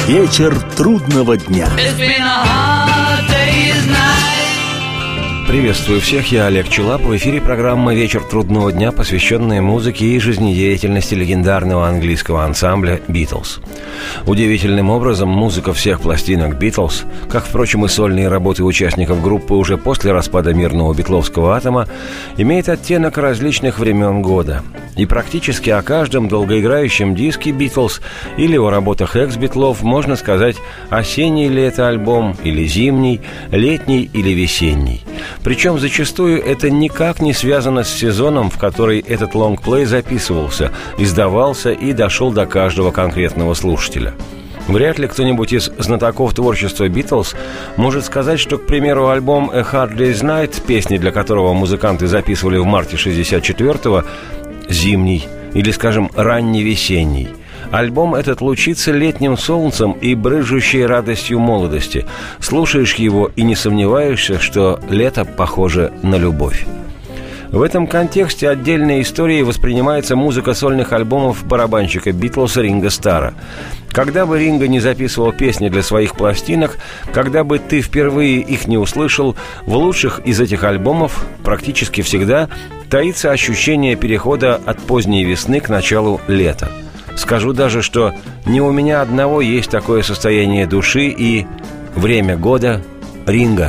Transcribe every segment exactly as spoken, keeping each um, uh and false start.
Вечер трудного дня. Приветствую всех, я Олег Челап. В эфире программа «Вечер трудного дня», посвященная музыке и жизнедеятельности легендарного английского ансамбля «Битлз». Удивительным образом музыка всех пластинок «Битлз», как, впрочем, и сольные работы участников группы уже после распада мирного битловского атома, имеет оттенок различных времен года. И практически о каждом долгоиграющем диске «Битлз» или о работах экс-битлов можно сказать осенний ли это альбом, или зимний, летний или весенний. Причем зачастую это никак не связано с сезоном, в который этот лонгплей записывался, издавался и дошел до каждого конкретного слушателя. Вряд ли кто-нибудь из знатоков творчества «Битлз» может сказать, что, к примеру, альбом «A Hard Day's Night», песни для которого музыканты записывали в марте шестьдесят четвёртого, зимний или, скажем, ранний-весенний. Альбом этот лучится летним солнцем и брызжущей радостью молодости. Слушаешь его и не сомневаешься, что лето похоже на любовь. В этом контексте отдельной историей воспринимается музыка сольных альбомов барабанщика «Битлз» Ринго Старра. Когда бы Ринго не записывал песни для своих пластинок, когда бы ты впервые их не услышал, в лучших из этих альбомов практически всегда таится ощущение перехода от поздней весны к началу лета. Скажу даже, что не у меня одного есть такое состояние души и время года Ринго.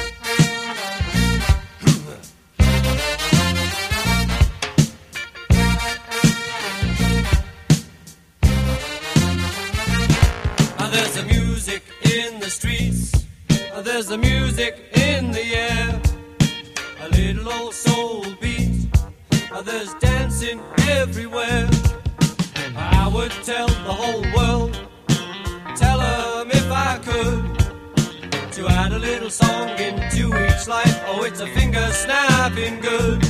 Tell the whole world, tell them if I could, to add a little song into each life. Oh, it's a finger snapping good.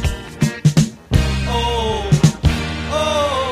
Oh, oh.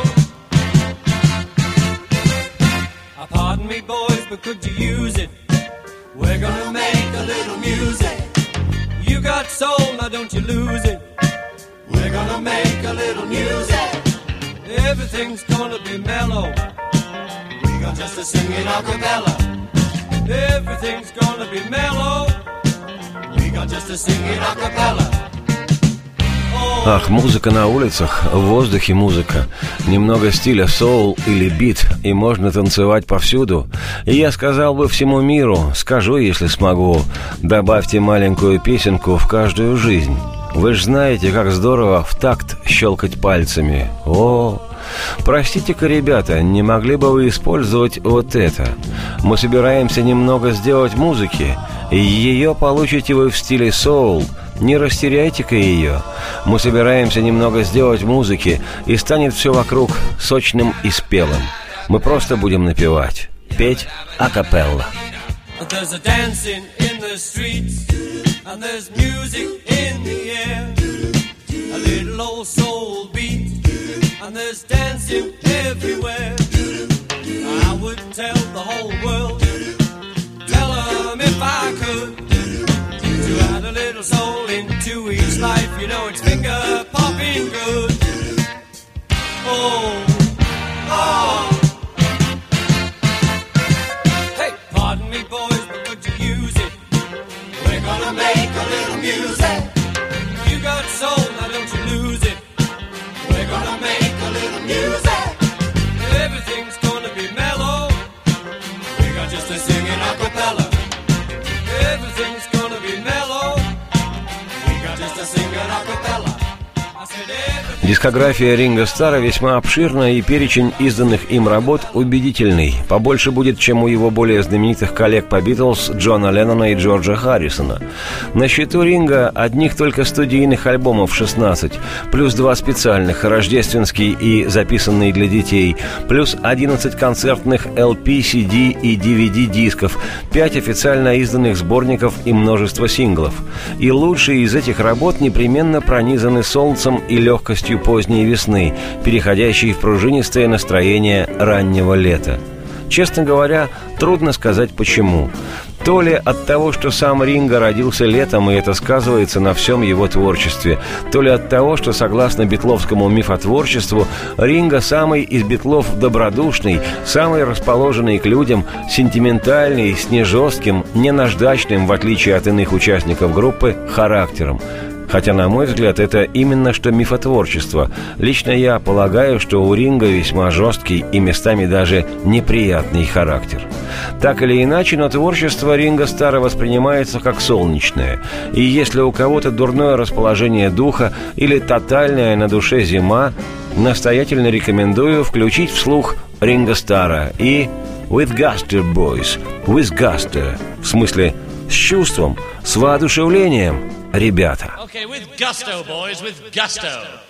Uh, pardon me, boys, but could you use it? We're gonna make a little music. You got soul, now don't you lose it. We're gonna make a little music. Everything's gonna be mellow. We got just to sing it a cappella. Everything's gonna be mellow. We got just to sing it a cappella. Ах, музыка на улицах, в воздухе музыка. Немного стиля соул или бит, и можно танцевать повсюду. И я сказал бы всему миру, скажу, если смогу, добавьте маленькую песенку в каждую жизнь. Вы ж знаете, как здорово в такт щелкать пальцами. О, простите-ка, ребята, не могли бы вы использовать вот это? Мы собираемся немного сделать музыки, и ее получите вы в стиле соул. Не растеряйте-ка ее. Мы собираемся немного сделать музыки, и станет все вокруг сочным и спелым. Мы просто будем напевать, петь акапелла. There's a dancing in the streets, and there's music in the air. A little old soul beat, and there's dancing everywhere. I would tell the whole world, tell them if I could, to add a little soul into each life. You know it's finger popping good. Oh, oh. Make a little music. You got soul, now don't you lose it. We're gonna make a little music. Everything's gonna be mellow. We got just to sing it a cappella. Everything's gonna be mellow. We got just to sing it a cappella. I said everything. Дискография Ринго Старра весьма обширна, и перечень изданных им работ убедительный. Побольше будет, чем у его более знаменитых коллег по «Битлз» Джона Леннона и Джорджа Харрисона. На счету Ринго одних только студийных альбомов шестнадцать, плюс два специальных, рождественский и записанный для детей, плюс одиннадцать концертных эл пи, си ди и ди ви ди дисков, пять официально изданных сборников и множество синглов. И лучшие из этих работ непременно пронизаны солнцем и легкостью поздней весны, переходящей в пружинистое настроение раннего лета. Честно говоря, трудно сказать почему. То ли от того, что сам Ринго родился летом, и это сказывается на всем его творчестве, то ли от того, что, согласно битловскому мифотворчеству, Ринго самый из битлов добродушный, самый расположенный к людям, сентиментальный, с нежестким, не наждачным, в отличие от иных участников группы, характером. Хотя, на мой взгляд, это именно что мифотворчество. Лично я полагаю, что у Ринго весьма жесткий и местами даже неприятный характер. Так или иначе, но творчество Ринго Старра воспринимается как солнечное. И если у кого-то дурное расположение духа или тотальная на душе зима, настоятельно рекомендую включить вслух Ринго Старра и «With gusto, boys», «With gusto», в смысле «с чувством», «с воодушевлением», ребята. Okay, with gusto, boys, with gusto.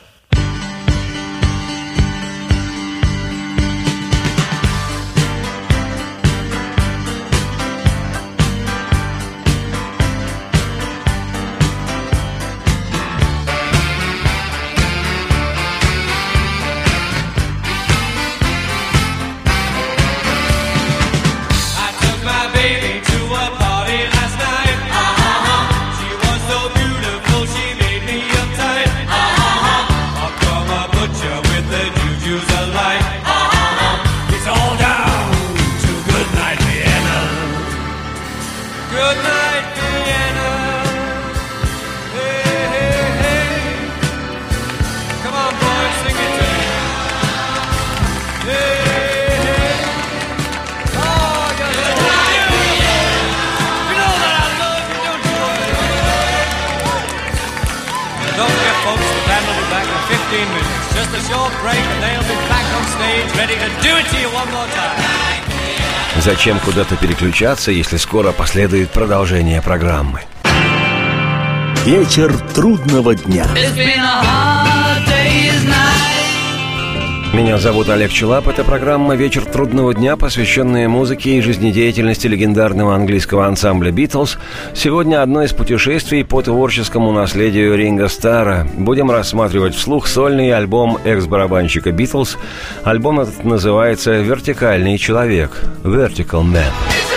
Зачем куда-то переключаться, если скоро последует продолжение программы? Вечер трудного дня. Меня зовут Олег Челап. Это программа «Вечер трудного дня», посвященная музыке и жизнедеятельности легендарного английского ансамбля «Битлз». Сегодня одно из путешествий по творческому наследию Ринго Старра. Будем рассматривать вслух сольный альбом экс-барабанщика «Битлз». Альбом этот называется «Вертикальный человек» – «Vertical Man».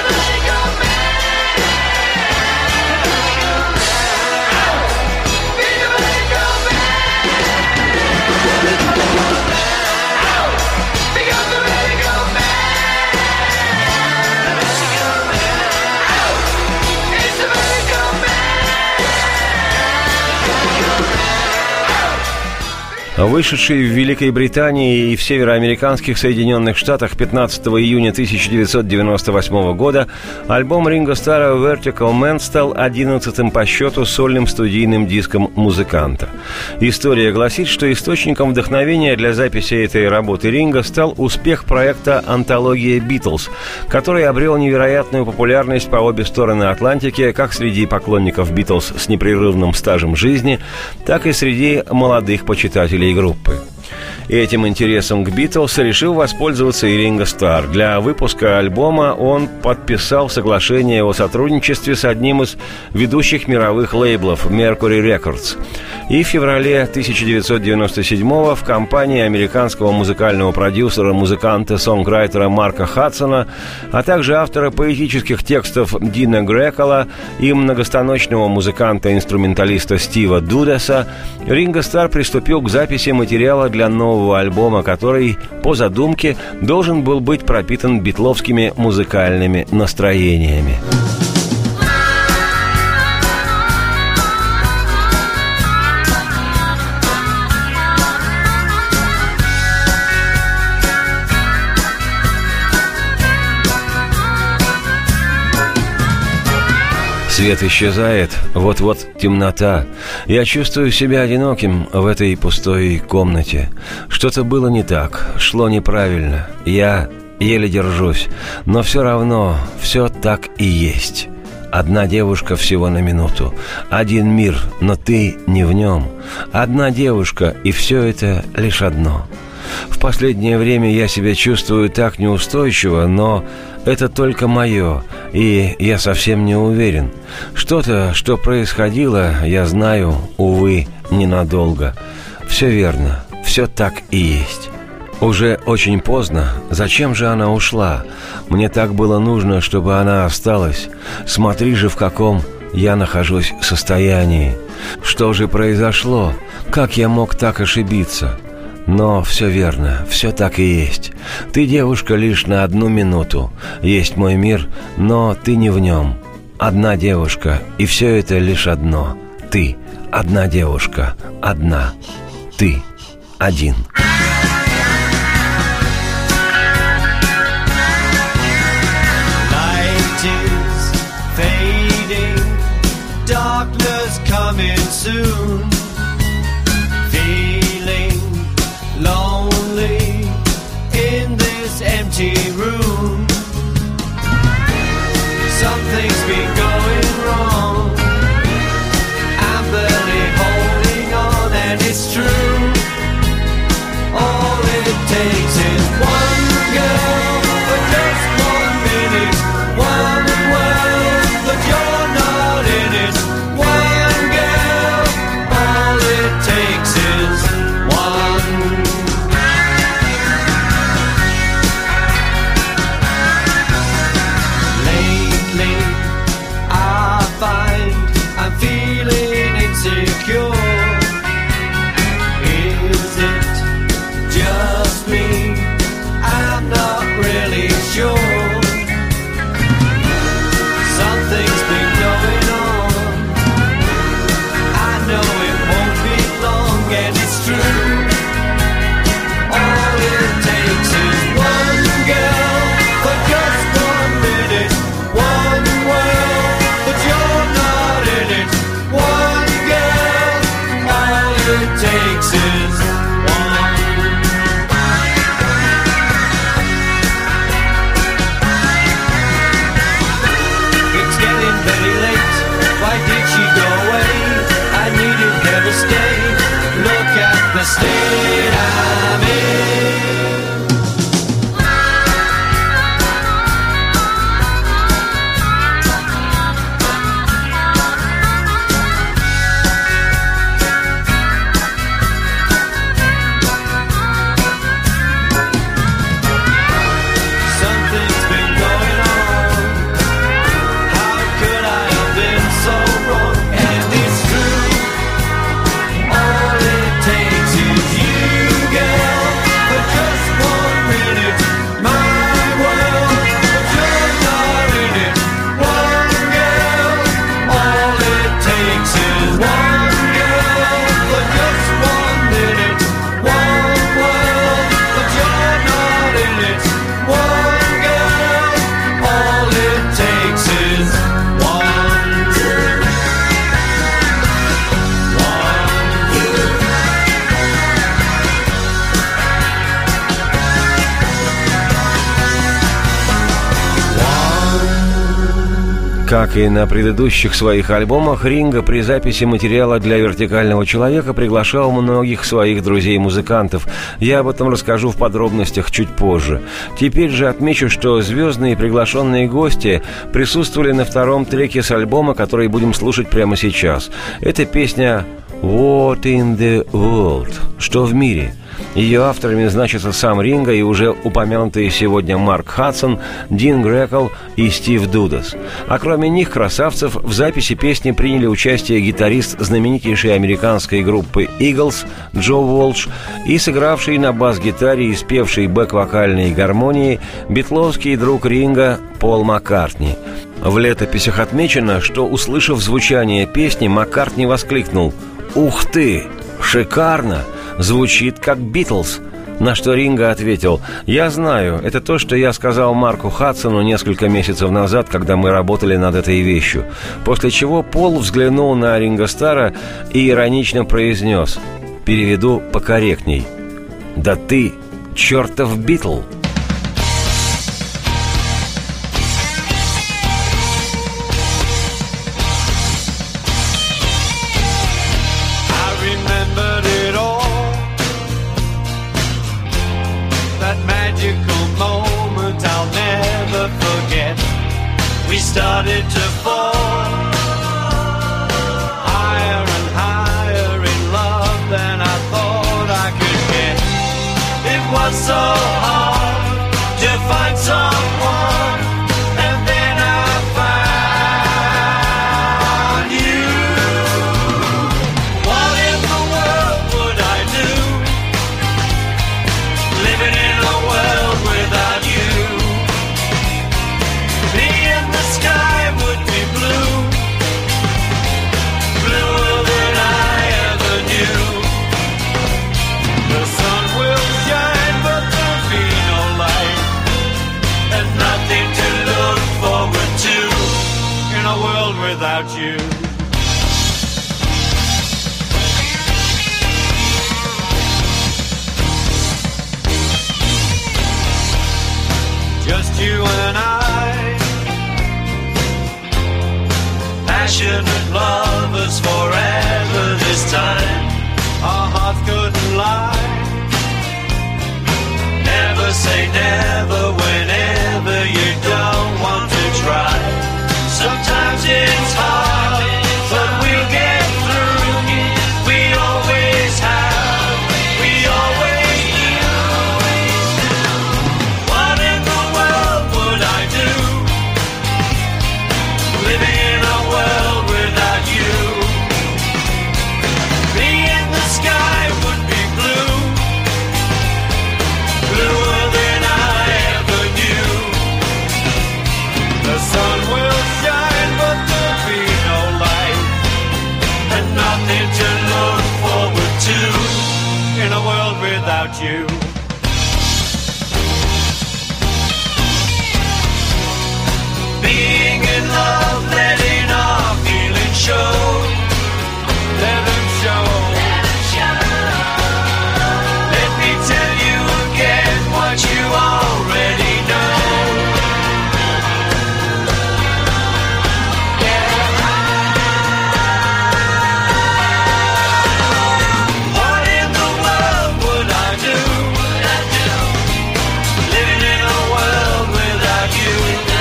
Вышедший в Великой Британии и в североамериканских Соединенных Штатах пятнадцатого июня тысяча девятьсот девяносто восьмого года, альбом Ринго Старра «Vertical Man» стал одиннадцатым по счету сольным студийным диском музыканта. История гласит, что источником вдохновения для записи этой работы Ринго стал успех проекта «Антология Битлз», который обрел невероятную популярность по обе стороны Атлантики как среди поклонников Битлз с непрерывным стажем жизни, так и среди молодых почитателей группы. И этим интересом к Битлз решил воспользоваться и Ринго Старр. Для выпуска альбома он подписал соглашение о сотрудничестве с одним из ведущих мировых лейблов Mercury Records. И в феврале тысяча девятьсот девяносто седьмого в компании американского музыкального продюсера, музыканта-сонграйтера Марка Хадсона, а также автора поэтических текстов Дина Грекола и многостаночного музыканта-инструменталиста Стива Дудеса, Ринго Старр приступил к записи материала для нового альбома, который, по задумке, должен был быть пропитан битловскими музыкальными настроениями. Свет исчезает, вот-вот темнота. Я чувствую себя одиноким в этой пустой комнате. Что-то было не так, шло неправильно. Я еле держусь, но все равно все так и есть. Одна девушка всего на минуту, один мир, но ты не в нем. Одна девушка, и все это лишь одно. В последнее время я себя чувствую так неустойчиво, но это только мое, и я совсем не уверен. Что-то, что происходило, я знаю, увы, ненадолго. Все верно, все так и есть. Уже очень поздно. Зачем же она ушла? Мне так было нужно, чтобы она осталась. Смотри же, в каком я нахожусь состоянии. Что же произошло? Как я мог так ошибиться? Но все верно, все так и есть. Ты девушка лишь на одну минуту. Есть мой мир, но ты не в нем. Одна девушка, и все это лишь одно. Ты, одна девушка, одна. Ты, один. Darkness coming soon. Feeling lonely in this empty room. Something's been going wrong. I'm barely holding on, and it's true. All it takes is one girl for just one minute, one world, but you're not in it. One girl, all it takes is one. Lately, I find I'm feeling insecure. Is it just me? I'm not really sure. Something's been going on. I know it won't be long, and it's true. All it takes is one girl for just one minute, one world, but you're not in it. One girl, all it takes is one. It's getting very late. Why did she go away? I needed her to stay. Look at the state I'm in. Something's been going on. How could I have been so wrong? And it's true. All it takes is you, girl, for just one minute. My world, but you're not in it. One girl, all it takes is one girl for just one minute. One world, but you're not in it. One girl, all it takes is one. Как и на предыдущих своих альбомах, Ринго при записи материала для «Вертикального человека» приглашал многих своих друзей-музыкантов. Я об этом расскажу в подробностях чуть позже. Теперь же отмечу, что звездные приглашенные гости присутствовали на втором треке с альбома, который будем слушать прямо сейчас. Это песня «What in the World?» «Что в мире?». Ее авторами значатся сам Ринго и уже упомянутые сегодня Марк Хадсон, Дин Грекл и Стив Дудас. А кроме них, красавцев, в записи песни приняли участие гитарист знаменитейшей американской группы Eagles Джо Уолш и сыгравший на бас-гитаре и спевший бэк-вокальные гармонии битловский друг Ринго Пол Маккартни. В летописях отмечено, что, услышав звучание песни, Маккартни воскликнул: «Ух ты! Шикарно! Звучит как Битлз!» На что Ринго ответил: «Я знаю, это то, что я сказал Марку Хадсону несколько месяцев назад, когда мы работали над этой вещью». После чего Пол взглянул на Ринго Стара и иронично произнес, переведу покорректней: «Да ты чертов Битл!» Started to fall higher and higher in love than I thought I could get. It was so without you. Just you and I, passionate lovers forever this time. Our hearts couldn't lie. Never say never whenever you don't want to try. Sometimes it's hard, but we'll get through. We always have, we always do. What in the world would I do, living in a world without you? Being the sky would be blue, bluer than I ever knew. The sun will shine, but there'll be no light, and nothing to look forward to in a world without you. Being in love, letting our feelings show. Let them show. Let me tell you again what you already know. What in the world would I do, living in a world without you?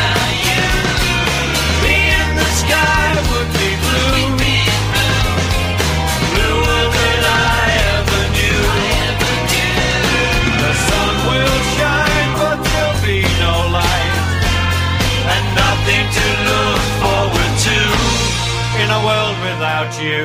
Me in the sky would be blue, bluer than I ever knew. The sun will shine, but there'll be no light, and nothing to look forward to in a world without you.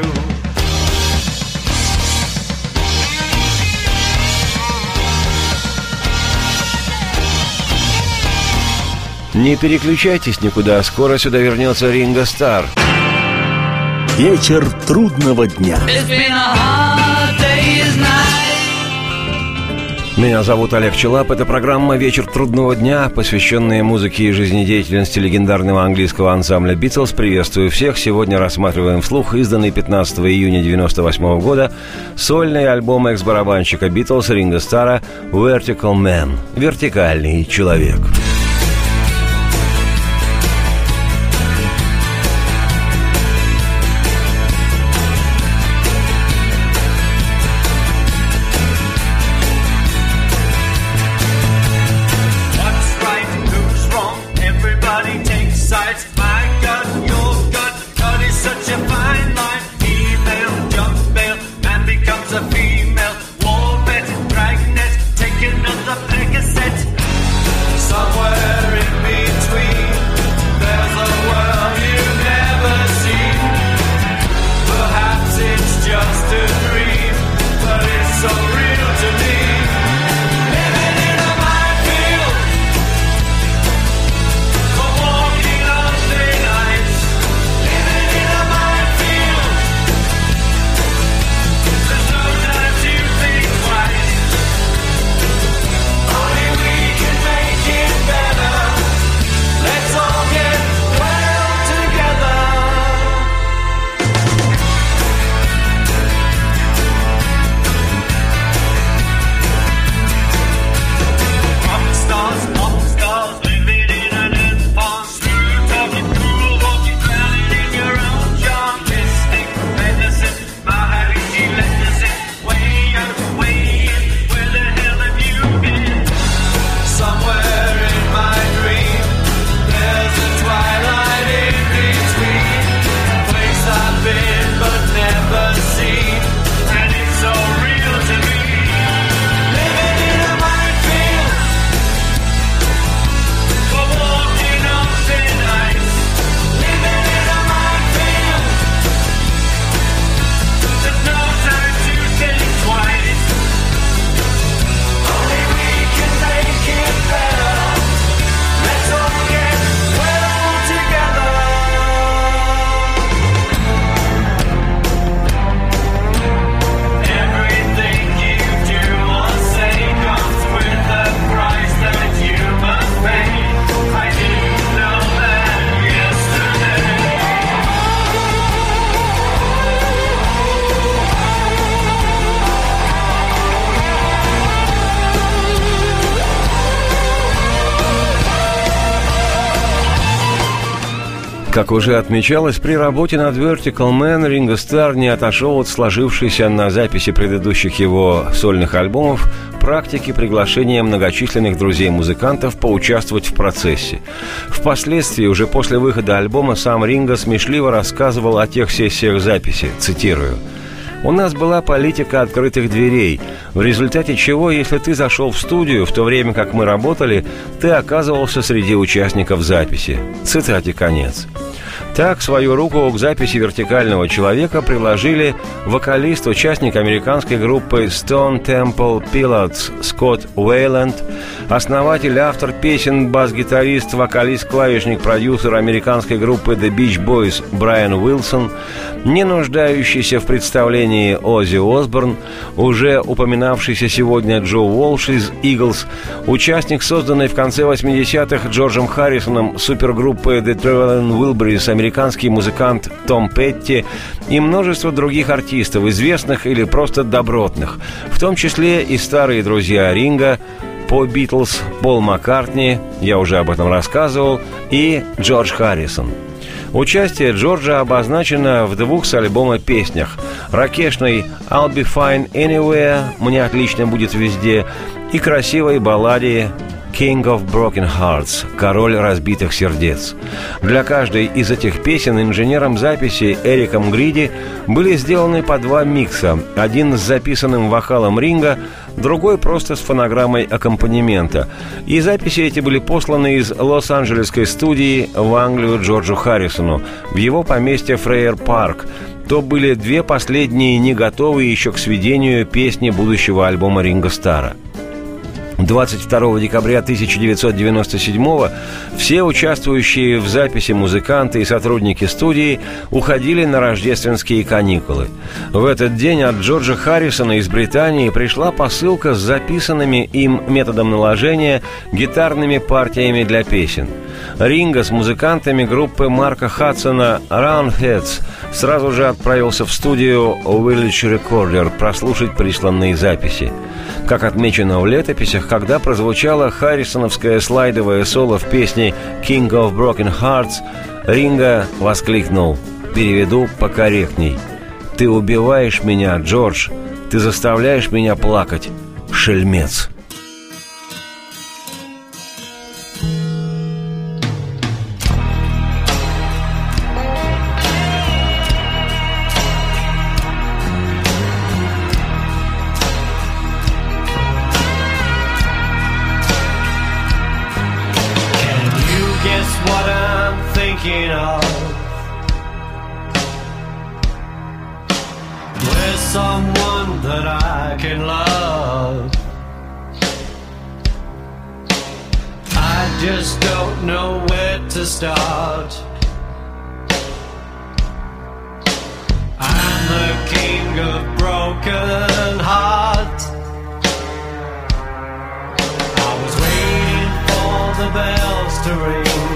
Не переключайтесь никуда, скоро сюда вернется Ринго Старр. Вечер трудного дня. It's been a hard day's night. Меня зовут Олег Челап. Это программа «Вечер трудного дня», посвященная музыке и жизнедеятельности легендарного английского ансамбля «Битлз». Приветствую всех. Сегодня рассматриваем вслух изданный пятнадцатого июня девяносто восьмого года сольный альбом экс-барабанщика «Битлз» Ринго Старра «Vertical Man» – «Вертикальный человек». What's right, who's wrong? Everybody takes sides. My gut, your gut, gut is such a fine line. Email, jump mail, man becomes a female. War bet, dragnet, take another Percocet. Somewhere Как уже отмечалось, при работе над Vertical Man Ринго Старр не отошел от сложившейся на записи предыдущих его сольных альбомов практики приглашения многочисленных друзей-музыкантов поучаствовать в процессе. Впоследствии, уже после выхода альбома, сам Ринго смешливо рассказывал о тех сессиях записи, цитирую: «У нас была политика открытых дверей, в результате чего, если ты зашел в студию в то время, как мы работали, ты оказывался среди участников записи». Цитате конец. Так, свою руку к записи «Вертикального человека» приложили вокалист, участник американской группы Stone Temple Pilots Скотт Уэйланд, основатель, автор песен, бас-гитарист, вокалист, клавишник, продюсер американской группы The Beach Boys Брайан Уилсон, не нуждающийся в представлении Оззи Осборн, уже упоминавшийся сегодня Джо Уолш из Eagles, участник созданной в конце восьмидесятых Джорджем Харрисоном супергруппы The Traveling Wilburys американский музыкант Том Петти и множество других артистов, известных или просто добротных, в том числе и старые друзья Ринго по Битлз, Пол Маккартни, я уже об этом рассказывал, и Джордж Харрисон. Участие Джорджа обозначено в двух с альбома песнях: ракешной «I'll be fine anywhere» «Мне отлично будет везде» и красивой балладе «King of Broken Hearts» «Король разбитых сердец». Для каждой из этих песен инженером записи Эриком Гриди были сделаны по два микса, один с записанным вокалом Ринго, другой просто с фонограммой аккомпанемента. И записи эти были посланы из Лос-Анджелесской студии в Англию Джорджу Харрисону в его поместье Фрейер Парк. То были две последние не готовые еще к сведению песни будущего альбома Ринго Старра. двадцать второго декабря тысяча девятьсот девяносто седьмого все участвующие в записи музыканты и сотрудники студии уходили на рождественские каникулы. В этот день от Джорджа Харрисона из Британии пришла посылка с записанными им методом наложения гитарными партиями для песен. Ринго с музыкантами группы Марка Хадсона Roundheads сразу же отправился в студию Village Recorder прослушать присланные записи. Как отмечено в летописях, когда прозвучало харрисоновское слайдовое соло в песне «King of Broken Hearts», Ринго воскликнул, переведу покорректней: «Ты убиваешь меня, Джордж, ты заставляешь меня плакать, шельмец». Someone that I can love. I just don't know where to start. I'm the king of broken hearts. I was waiting for the bells to ring.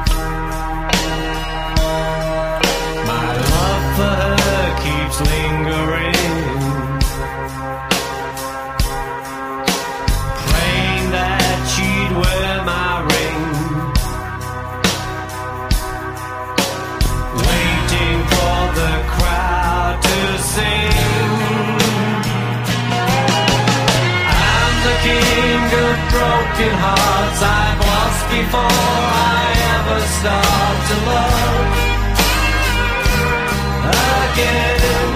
My love for her keeps lingering. Broken hearts I've lost before I ever start to love again.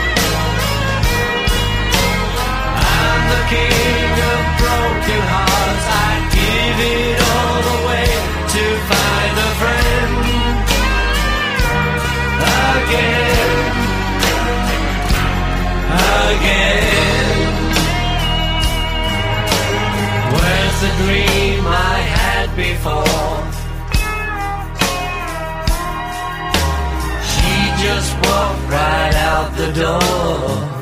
I'm the king of broken hearts. I'd give it all away to find a friend again, again. The dream I had before, she just walked right out the door.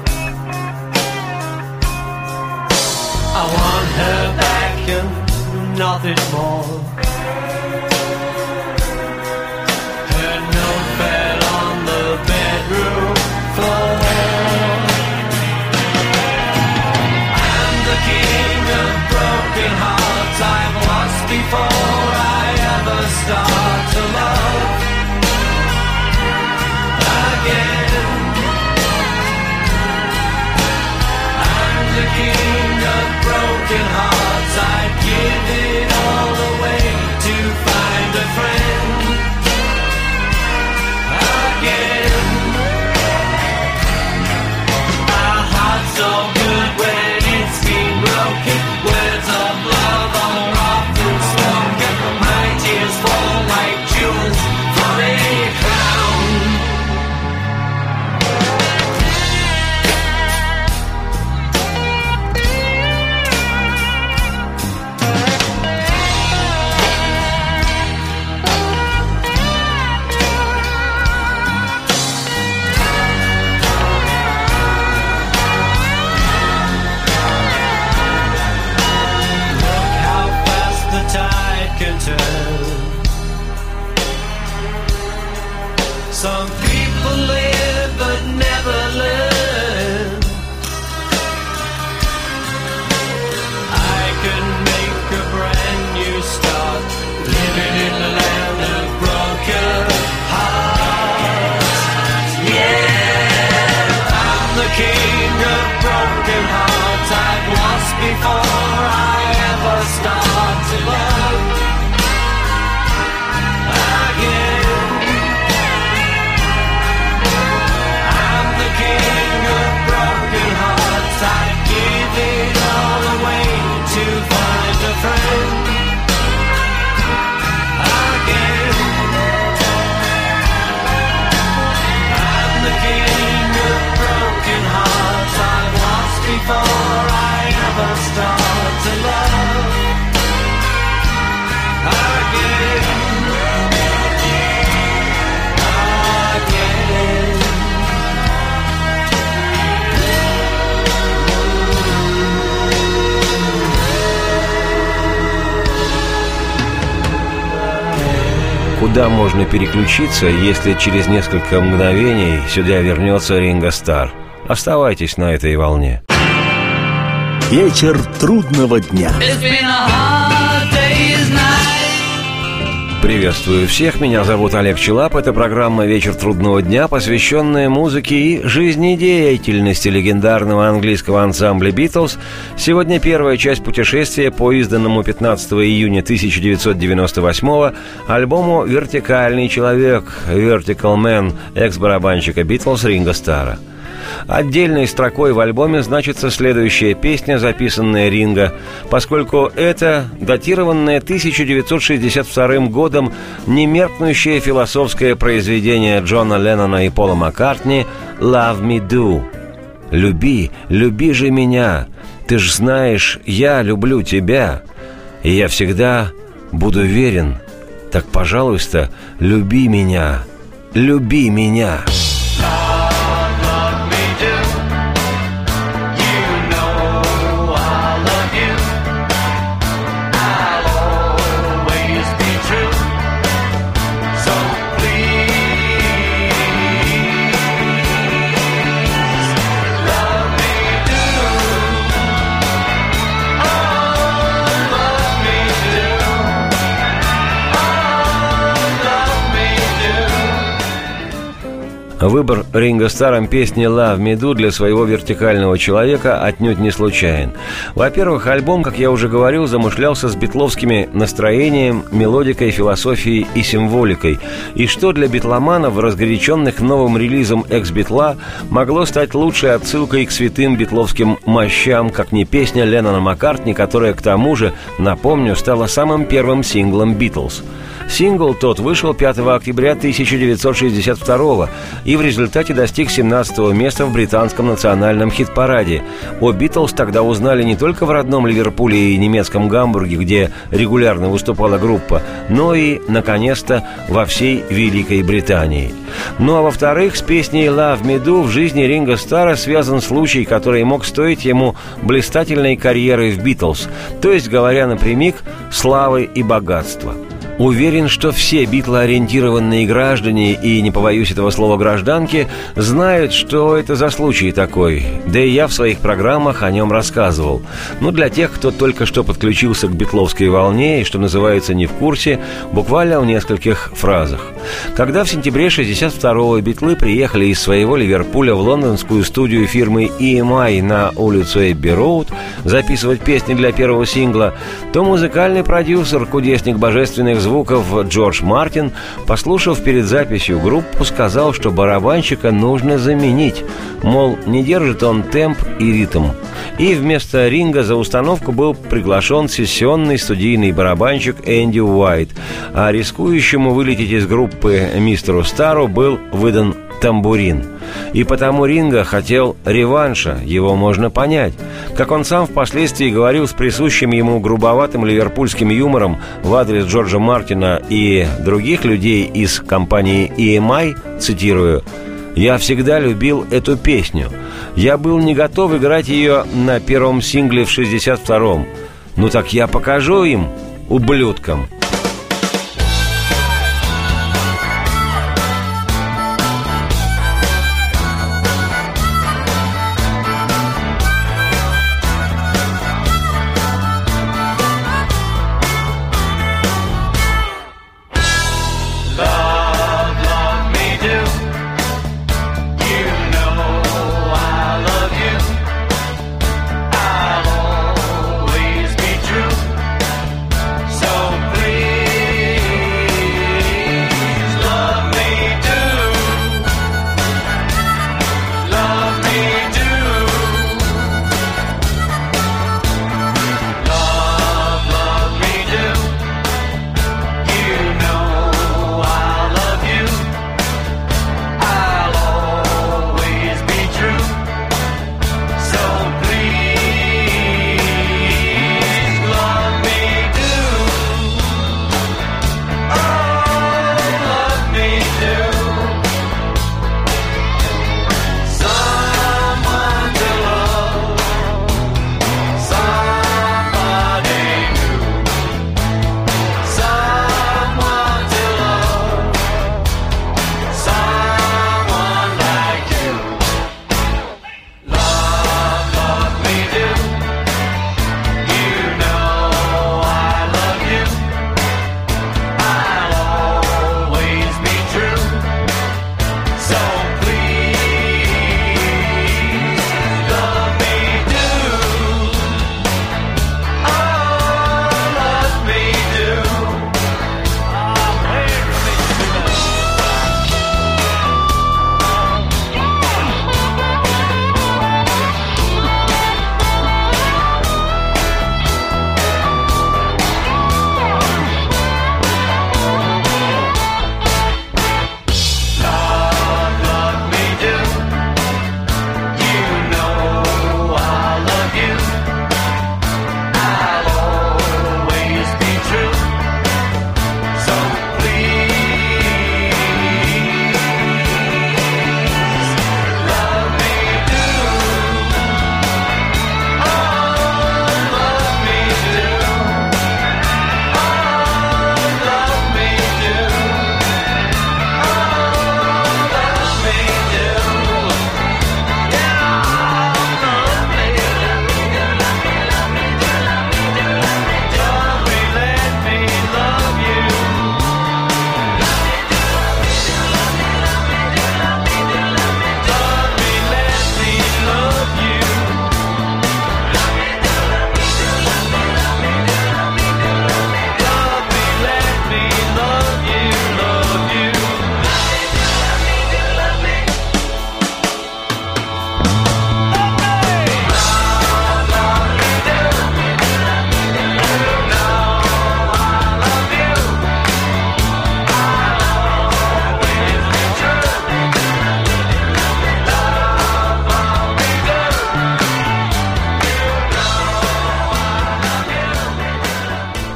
I want her back and nothing more. Her note fell on the bedroom floor. I'm the king of broken hearts I've lost before I ever start to love broken hearts, I'd give it all away to find a friend again. My heart's so good when it's been broken. Words of love are often spoken. My tears fall like jewels from a crown. Some people live but never learn. I could make a brand new start, living in the land of broken hearts. Yeah, I'm the king of broken hearts. I've lost before I ever start to love again. King of broken hearts, I'd give it all away to find a friend again. I'm the king of broken hearts, I've lost before I ever start to love again. Again. Куда можно переключиться, если через несколько мгновений сюда вернется Ринго Старр? Оставайтесь на этой волне. Вечер трудного дня. Приветствую всех, меня зовут Олег Челап. Это программа «Вечер трудного дня», посвященная музыке и жизнедеятельности легендарного английского ансамбля «Битлз». Сегодня первая часть путешествия по изданному пятнадцатого июня тысяча девятьсот девяносто восьмого альбому «Вертикальный человек» «Vertical Man» экс-барабанщика «Битлз» Ринго Старра. Отдельной строкой в альбоме значится следующая песня, записанная Ринго, поскольку это датированное тысяча девятьсот шестьдесят вторым годом немеркнущее философское произведение Джона Леннона и Пола Маккартни «Love Me Do». «Люби, люби же меня, ты ж знаешь, я люблю тебя, и я всегда буду верен, так, пожалуйста, люби меня, люби меня». Выбор Ринго Старром песни «Love Me Do» для своего вертикального человека отнюдь не случайен. Во-первых, альбом, как я уже говорил, замышлялся с битловскими настроением, мелодикой, философией и символикой. И что для битломанов, разгоряченных новым релизом экс-битла, могло стать лучшей отсылкой к святым битловским мощам, как не песня Леннона Маккартни, которая, к тому же, напомню, стала самым первым синглом «Битлз». Сингл тот вышел пятого октября тысяча девятьсот шестьдесят второго и в результате достиг семнадцатого места в британском национальном хит-параде. О «Битлз» тогда узнали не только в родном Ливерпуле и немецком Гамбурге, где регулярно выступала группа, но и, наконец-то, во всей Великой Британии. Ну а во-вторых, с песней «Love Me Do» в жизни Ринго Старра связан случай, который мог стоить ему блистательной карьеры в «Битлз», то есть, говоря напрямик, славы и богатства. Уверен, что все битлоориентированные граждане и, не побоюсь этого слова, гражданки, знают, что это за случай такой. Да и я в своих программах о нем рассказывал. Но для тех, кто только что подключился к битловской волне и, что называется, не в курсе, буквально в нескольких фразах. Когда в сентябре шестьдесят второго битлы приехали из своего Ливерпуля в лондонскую студию фирмы и эм ай на улицу Эбби-Роуд записывать песни для первого сингла, то музыкальный продюсер, кудесник божественных звуков Джордж Мартин, послушав перед записью группу, сказал, что барабанщика нужно заменить. Мол, не держит он темп и ритм. И вместо Ринга за установку был приглашен сессионный студийный барабанщик Энди Уайт, а рискующему вылететь из группы мистеру Стару был выдан тамбурин. И потому Ринго хотел реванша, его можно понять. Как он сам впоследствии говорил с присущим ему грубоватым ливерпульским юмором в адрес Джорджа Мартина и других людей из компании и эм ай, цитирую: «Я всегда любил эту песню. Я был не готов играть ее на первом сингле в шестьдесят втором. Ну так я покажу им, ублюдкам». Please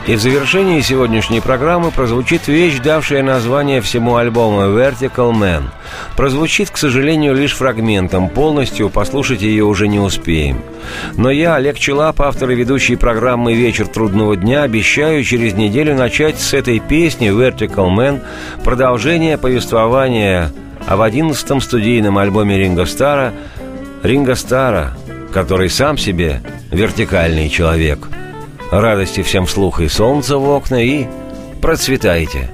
И в завершении сегодняшней программы прозвучит вещь, давшая название всему альбому «Vertical Man». Прозвучит, к сожалению, лишь фрагментом, полностью послушать ее уже не успеем. Но я, Олег Челап, автор и ведущий программы «Вечер трудного дня», обещаю через неделю начать с этой песни «Vertical Man» продолжение повествования об одиннадцатом студийном альбоме Ринго Старра, Ринго Старра, который сам себе вертикальный человек. Радости всем вслух и солнца в окна, и процветайте!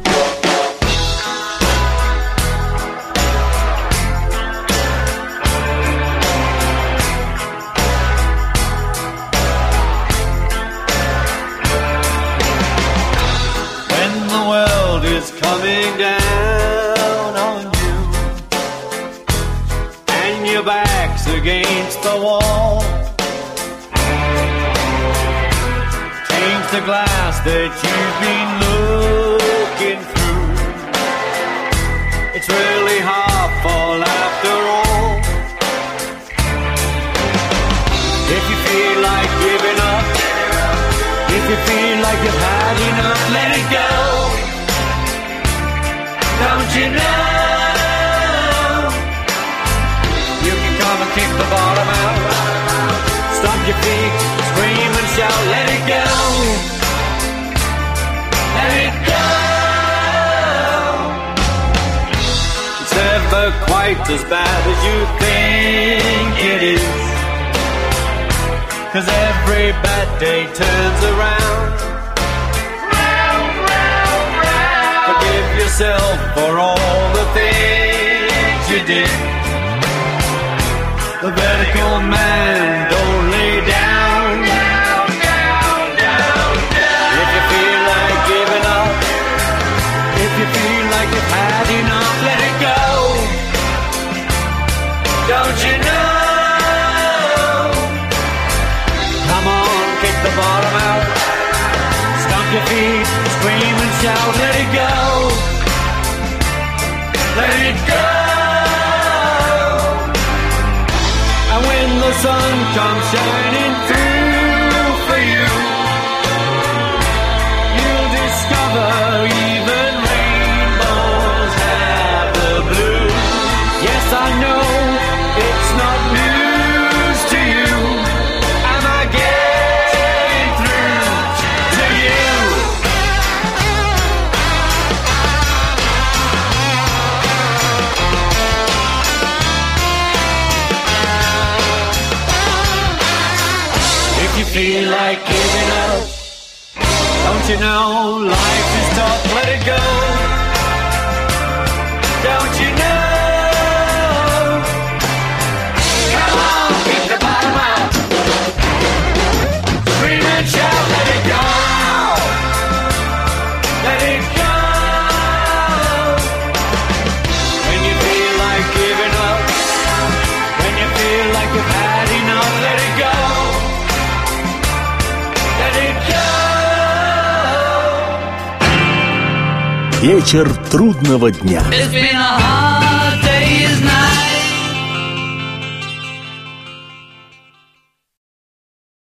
When the world is coming down on you and your back's against the wall, the glass that you've been looking through, it's really half full after all. If you feel like giving up, if you feel like you've had enough, let it go. Don't you know you can come and kick the bottom out, stomp your feet, scream and shout, let it go. Let it go. It's never quite as bad as you think it is, 'cause every bad day turns around. Round, round, round. Forgive yourself for all the things you did. The vertical man, don't lay down. Down, down, down, down. If you feel like giving up, if you feel like you've had enough, let it go. Don't you know? Come on, kick the bottom out, stomp your feet, scream and shout, let it go. Let it go. And when the sun comes shining through for you, you'll discover even rainbows have the blue. Yes, I know it's not news to you. Am I getting through to you? If you feel like giving up, don't you know life is tough, let it go. Don't you know? Come on, kick the bottom out, scream and shout, let it go. Let it go. When you feel like giving up, when you feel like you've had enough, let it go. Вечер трудного дня. It's been a hard day's night.